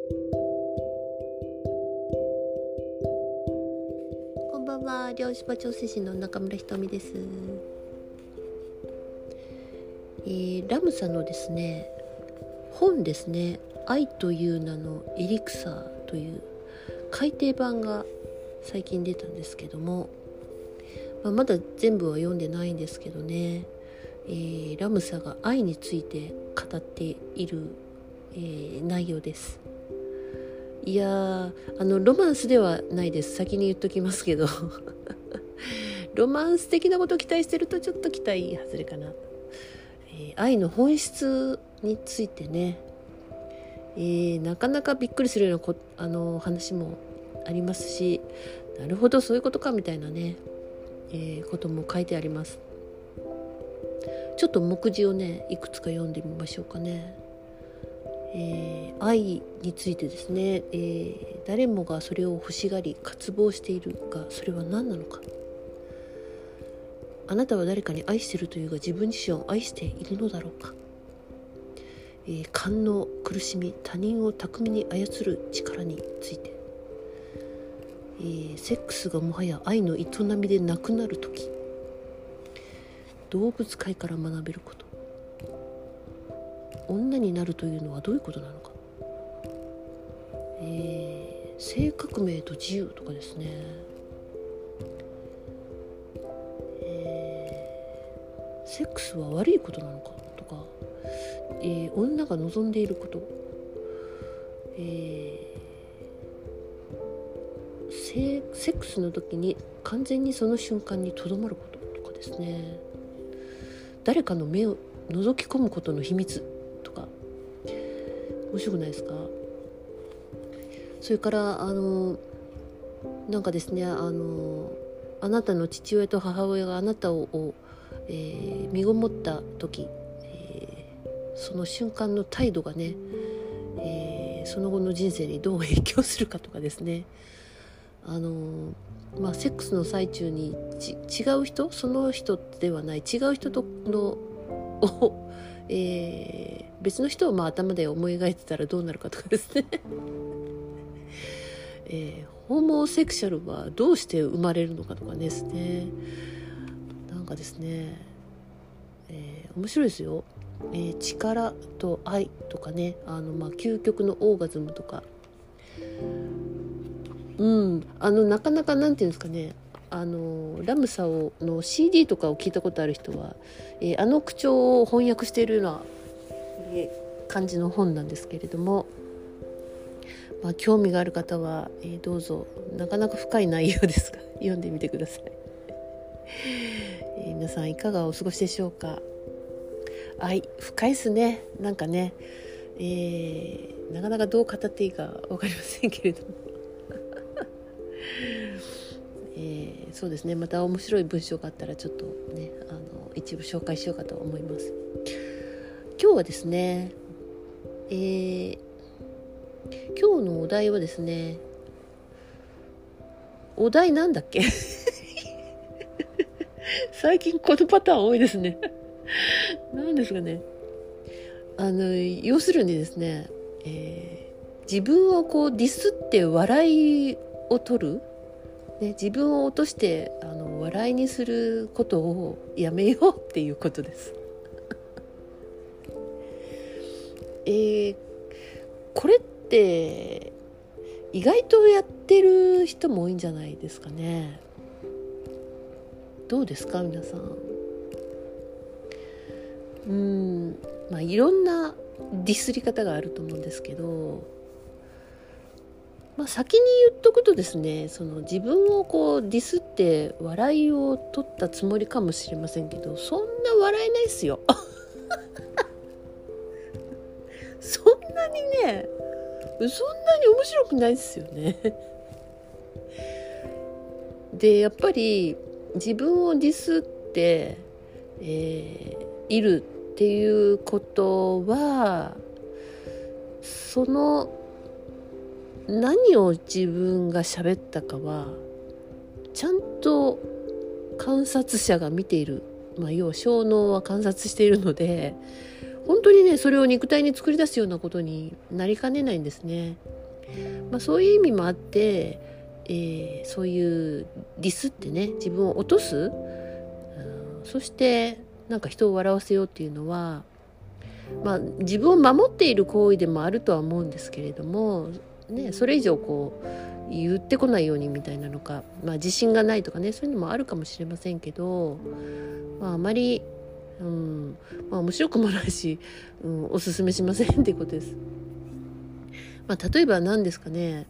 こんばんは、漁師場調整士の中村ひとみです。ラムさんのですね、本ですね、愛という名のエリクサーという改訂版が最近出たんですけども、まだ全部は読んでないんですけどね、ラムサが愛について語っている、内容です。いやロマンスではないです。先に言っときますけどロマンス的なことを期待してるとちょっと期待外れかな。愛の本質についてね、なかなかびっくりするような話もありますし、なるほどそういうことかみたいなね、ことも書いてあります。ちょっと目次をねいくつか読んでみましょうかね。愛についてですね、誰もがそれを欲しがり渇望しているが、それは何なのか。あなたは誰かに愛しているというが、自分自身を愛しているのだろうか。官能、苦しみ、他人を巧みに操る力について、セックスがもはや愛の営みでなくなるとき、動物界から学べること、女になるというのはどういうことなのか、性革命と自由とかですね、セックスは悪いことなのかとか、女が望んでいること、セックスの時に完全にその瞬間にとどまることとかですね、誰かの目を覗き込むことの秘密とか、面白くないですか。それからなんかですね、あなたの父親と母親があなたを、身ごもった時、その瞬間の態度がね、その後の人生にどう影響するかとかですね、セックスの最中に違う人、その人ではない違う人とのを、別の人を頭で思い描いてたらどうなるかとかですねホモセクシャルはどうして生まれるのかとかですね、なんかですね、面白いですよ。力と愛とかね、究極のオーガズムとか、なかなかなんていうんですかね、ラムサオの CD とかを聞いたことある人は、口調を翻訳しているような、感じの本なんですけれども、興味がある方は、どうぞ。なかなか深い内容ですが読んでみてください。皆さんいかがお過ごしでしょうか。愛深いですね。なんかね、なかなかどう語っていいか分かりませんけれどもそうですね、また面白い文章があったらちょっとね、一部紹介しようかと思います。今日はですね、今日のお題はですね、お題なんだっけ最近このパターン多いですねなんですかね、要するにですね、自分をこうディスって笑いを取る、ね、自分を落として笑いにすることをやめようっていうことですこれって意外とやってる人も多いんじゃないですかね。どうですか皆さん。いろんなディスり方があると思うんですけど、先に言っとくとですね、その自分をこうディスって笑いを取ったつもりかもしれませんけど、そんな笑えないっすよそんなにね、そんなに面白くないですよねで、やっぱり自分をディスって、いるっていうことは、その何を自分が喋ったかはちゃんと観察者が見ている、要は小脳は観察しているので、本当にねそれを肉体に作り出すようなことになりかねないんですね。 そういう意味もあって、そういうディスってね自分を落とす、そしてなんか人を笑わせようっていうのは、自分を守っている行為でもあるとは思うんですけれども、それ以上こう言ってこないようにみたいなのか、自信がないとかね、そういうのもあるかもしれませんけど、あまり、面白くもないし、おすすめしませんっていうことです。例えば何ですかね、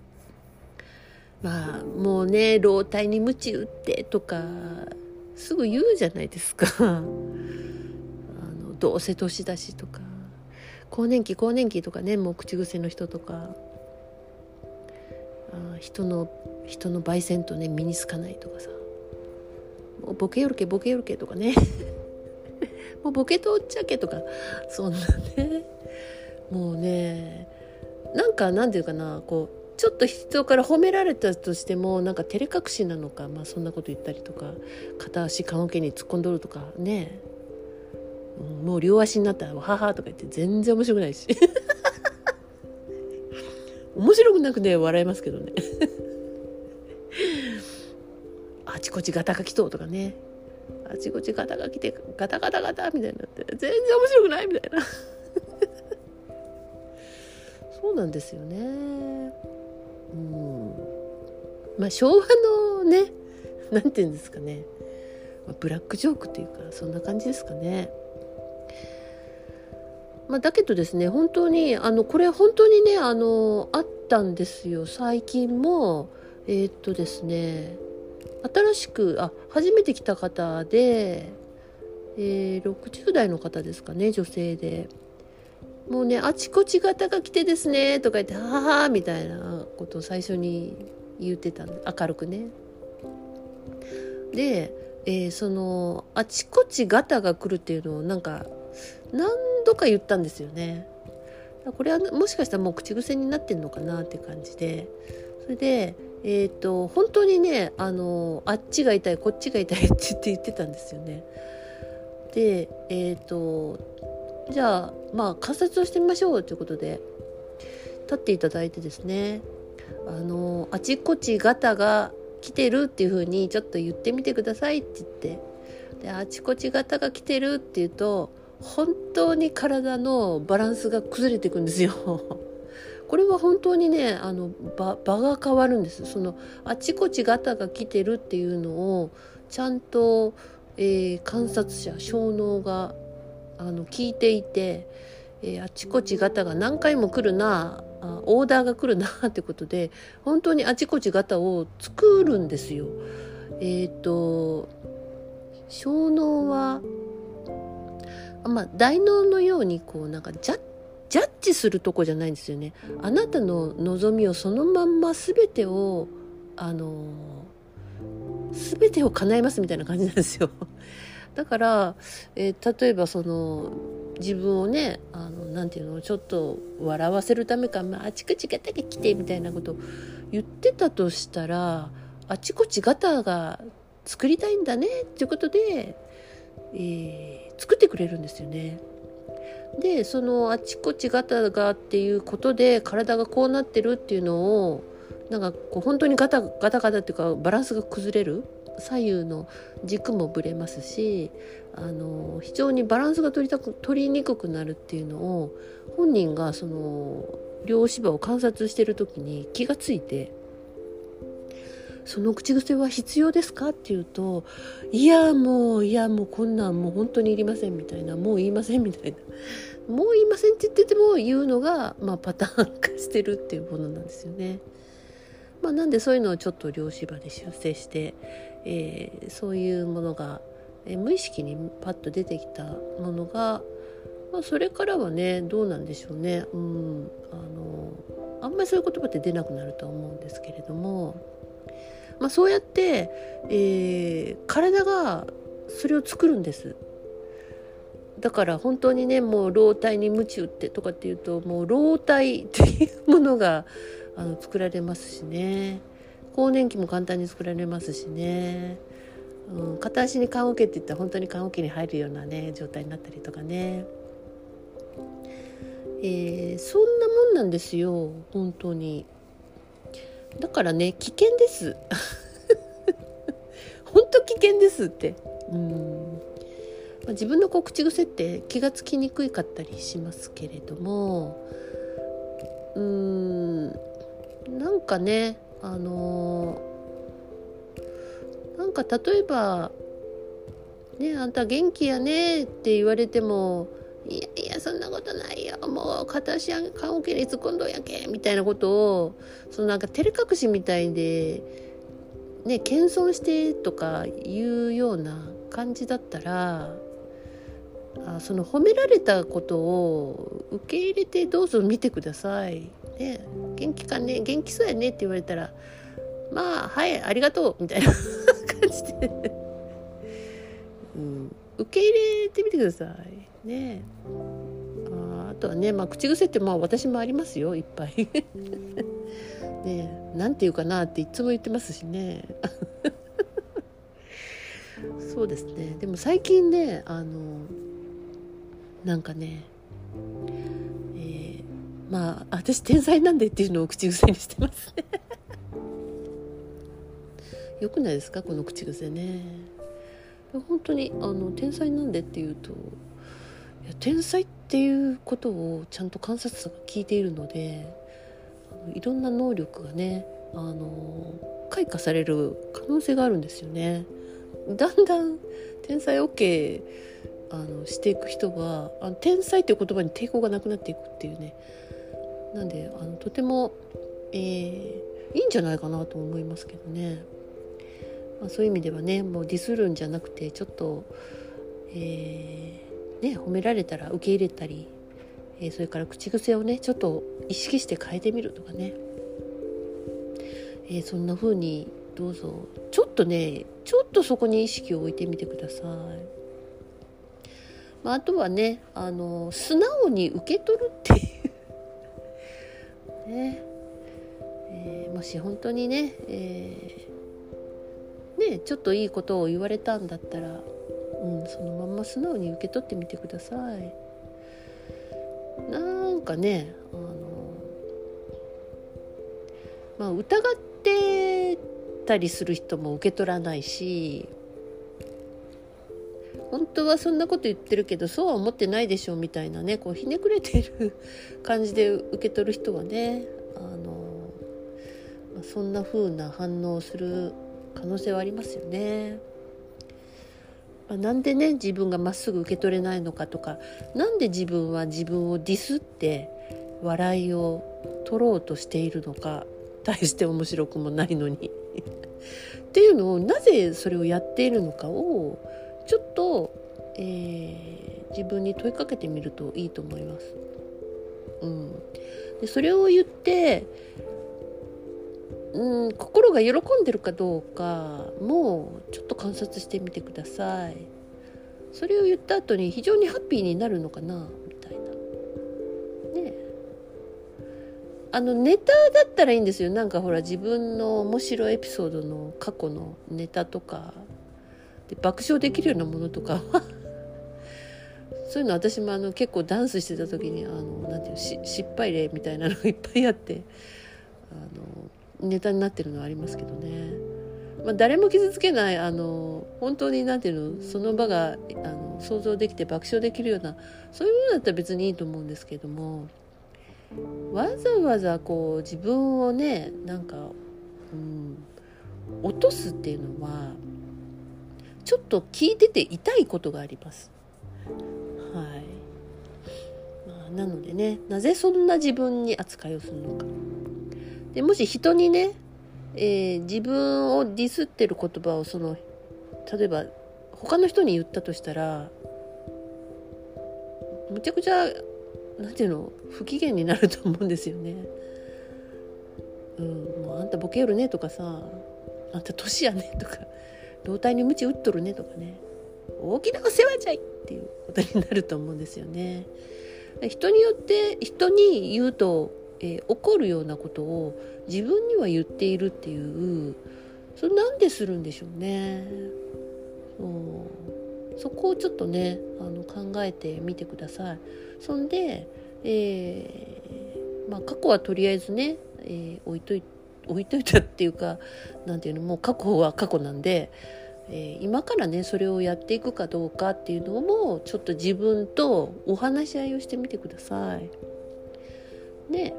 もうね老体に鞭打ってとかすぐ言うじゃないですかどうせ年だしとか更年期とかね、もう口癖の人とか、人の焙煎とね身につかないとかさ、もうボケよるけとかねもうボケとおっちゃけとか、そんなね、もうねなんていうかな、こうちょっと人から褒められたとしてもなんか照れ隠しなのか、そんなこと言ったりとか、片足棺桶に突っ込んどるとかね、もう両足になったらははとか言って全然面白くないし面白くなくね笑いますけどねあちこちガタが来とうとかね、あちこちガタが来てガタガタガタみたいになって全然面白くないみたいなそうなんですよね。昭和のね、なんていうんですかね、ブラックジョークっていうかそんな感じですかね。だけどですね、本当にこれ本当にねあったんですよ。最近もですね、新しく初めて来た方で、60代の方ですかね、女性で、もうねあちこちガタが来てですねとか言ってはははみたいなことを最初に言ってたんで、明るくね。で、そのあちこちガタが来るっていうのを何度か言ったんですよね。これはもしかしたらもう口癖になってんのかなって感じで、それで本当にねあっちが痛いこっちが痛いって言ってたんですよね。でじゃあ観察をしてみましょうということで立っていただいてですね、あちこちガタが来てるっていう風にちょっと言ってみてくださいって言って、であちこちガタが来てるって言うと本当に体のバランスが崩れていくんですよこれは本当にね場が変わるんです。そのあちこちガタが来てるっていうのをちゃんと、観察者小脳が聞いていて、あちこちガタが何回も来るな、オーダーが来るなってことで本当にあちこちガタを作るんですよ。小脳は大脳のようにこうジャッジするとこじゃないんですよね。あなたの望みをそのまんま全てを叶えますみたいな感じなんですよ。だから、例えばその自分をねなんていうのちょっと笑わせるためか、あちこちガタが来てみたいなことを言ってたとしたら、あちこちガタが作りたいんだねっていうことで、作ってくれるんですよね。でそのあちこちガタがっていうことで体がこうなってるっていうのをこう本当にガタガタっていうかバランスが崩れる、左右の軸もぶれますし非常にバランスが取りにくくなるっていうのを本人がその両足場を観察している時に気がついて、その口癖は必要ですかっていうと、いやもうこんなんもう本当にいりませんみたいな、もう言いませんみたいな、もう言いませんって言ってても言うのが、パターン化してるっていうものなんですよね。なんでそういうのをちょっと両芝で修正して、そういうものが、無意識にパッと出てきたものが、それからはねどうなんでしょうね、あんまりそういう言葉って出なくなるとは思うんですけれども、そうやって、体がそれを作るんです。だから本当にねもう老体に鞭打ってとかっていうと、もう老体っていうものが作られますしね、更年期も簡単に作られますしね、片足に棺桶って言ったら本当に棺桶に入るようなね状態になったりとかね、そんなもんなんですよ本当に。 だからね、危険です本当危険ですって。自分の口癖って気がつきにくいかったりしますけれども、なんかね、なんか例えばね、あんた元気やねって言われても、いやいやそんなことないよ、もう片足棺桶に突っ込んどんやけみたいなことを、なんか照れ隠しみたいでね、謙遜してとかいうような感じだったら、その褒められたことを受け入れてどうぞ見てください、ね、元気かね、元気そうやねって言われたら、まあはいありがとうみたいな感じで受け入れてみてくださいね。あとはね、口癖って私もありますよ、いっぱいね、なんていうかなっていつも言ってますしねそうですね。でも最近ね、なんかね、私天才なんでっていうのを口癖にしてますねよくないですか、この口癖ね。本当に天才なんでっていうと、いや天才っていうことをちゃんと観察者が聞いているので、いろんな能力がね、開花される可能性があるんですよね。だんだん天才 OK していく人は天才っていう言葉に抵抗がなくなっていくっていうね。なんでとても、いいんじゃないかなと思いますけどね。そういう意味ではね、もうディスるんじゃなくて、ちょっと、褒められたら受け入れたり、それから口癖をねちょっと意識して変えてみるとかね、そんな風にどうぞちょっとそこに意識を置いてみてください。あとはね、素直に受け取るっていうね、もし本当にね、ちょっといいことを言われたんだったら、そのまんま素直に受け取ってみてください。なんかね、疑ってたりする人も受け取らないし、本当はそんなこと言ってるけどそうは思ってないでしょみたいなね、ひねくれている感じで受け取る人はね、そんな風な反応をする可能性はありますよね。なんでね自分がまっすぐ受け取れないのかとか、なんで自分は自分をディスって笑いを取ろうとしているのか、大して面白くもないのにっていうのを、なぜそれをやっているのかをちょっと、自分に問いかけてみるといいと思います。でそれを言って心が喜んでるかどうかもちょっと観察してみてください。それを言った後に非常にハッピーになるのかなみたいなね。ネタだったらいいんですよ。なんかほら、自分の面白いエピソードの過去のネタとかで爆笑できるようなものとかそういうの私も結構ダンスしてた時になんていう失敗例みたいなのがいっぱいあってネタになってるのはありますけどね。誰も傷つけない本当になんていうの、その場が想像できて爆笑できるような、そういうものだったら別にいいと思うんですけども、わざわざ自分をねなんか、落とすっていうのはちょっと聞いてて痛いことがあります。なのでね、なぜそんな自分に扱いをするのか。でもし人にね、自分をディスってる言葉を例えば他の人に言ったとしたら、むちゃくちゃなんていうの、不機嫌になると思うんですよね。もうあんたボケよるねとかさ、あんた年やねとか、老体に鞭打っとるねとかね、大きなお世話じゃいっていうことになると思うんですよね。人によって人に言うと、怒るようなことを自分には言っているっていう、それなんでするんでしょうね。そこをちょっとね考えてみてください。そんで、過去はとりあえずね、置いとい置いといたっていうか、なんていうの、もう過去は過去なんで、今からねそれをやっていくかどうかっていうのもちょっと自分とお話し合いをしてみてください。で、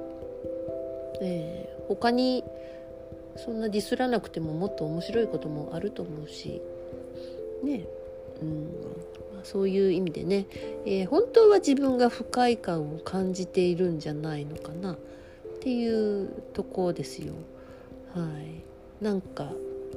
他にそんなディスらなくてももっと面白いこともあると思うしね、そういう意味でね、本当は自分が不快感を感じているんじゃないのかなっていうとこですよ。なんか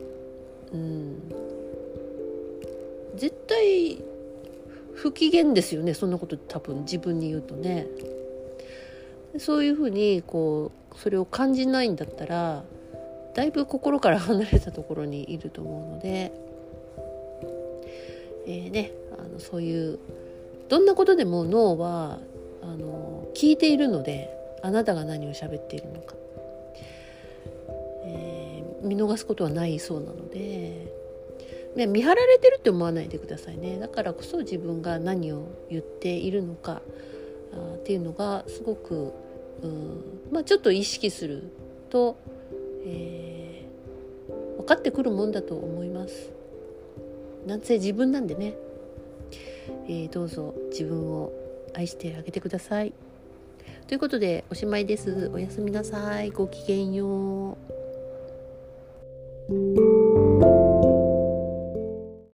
絶対不機嫌ですよね、そんなこと多分自分に言うとね。そういうふうにそれを感じないんだったらだいぶ心から離れたところにいると思うので、そういうどんなことでも脳は聞いているので、あなたが何を喋っているのか、見逃すことはないそうなので、見張られてるって思わないでくださいね。だからこそ自分が何を言っているのかっていうのがすごくちょっと意識すると、分かってくるもんだと思います。なんせ自分なんでね、どうぞ自分を愛してあげてください。ということでおしまいです。おやすみなさい。ごきげんよう。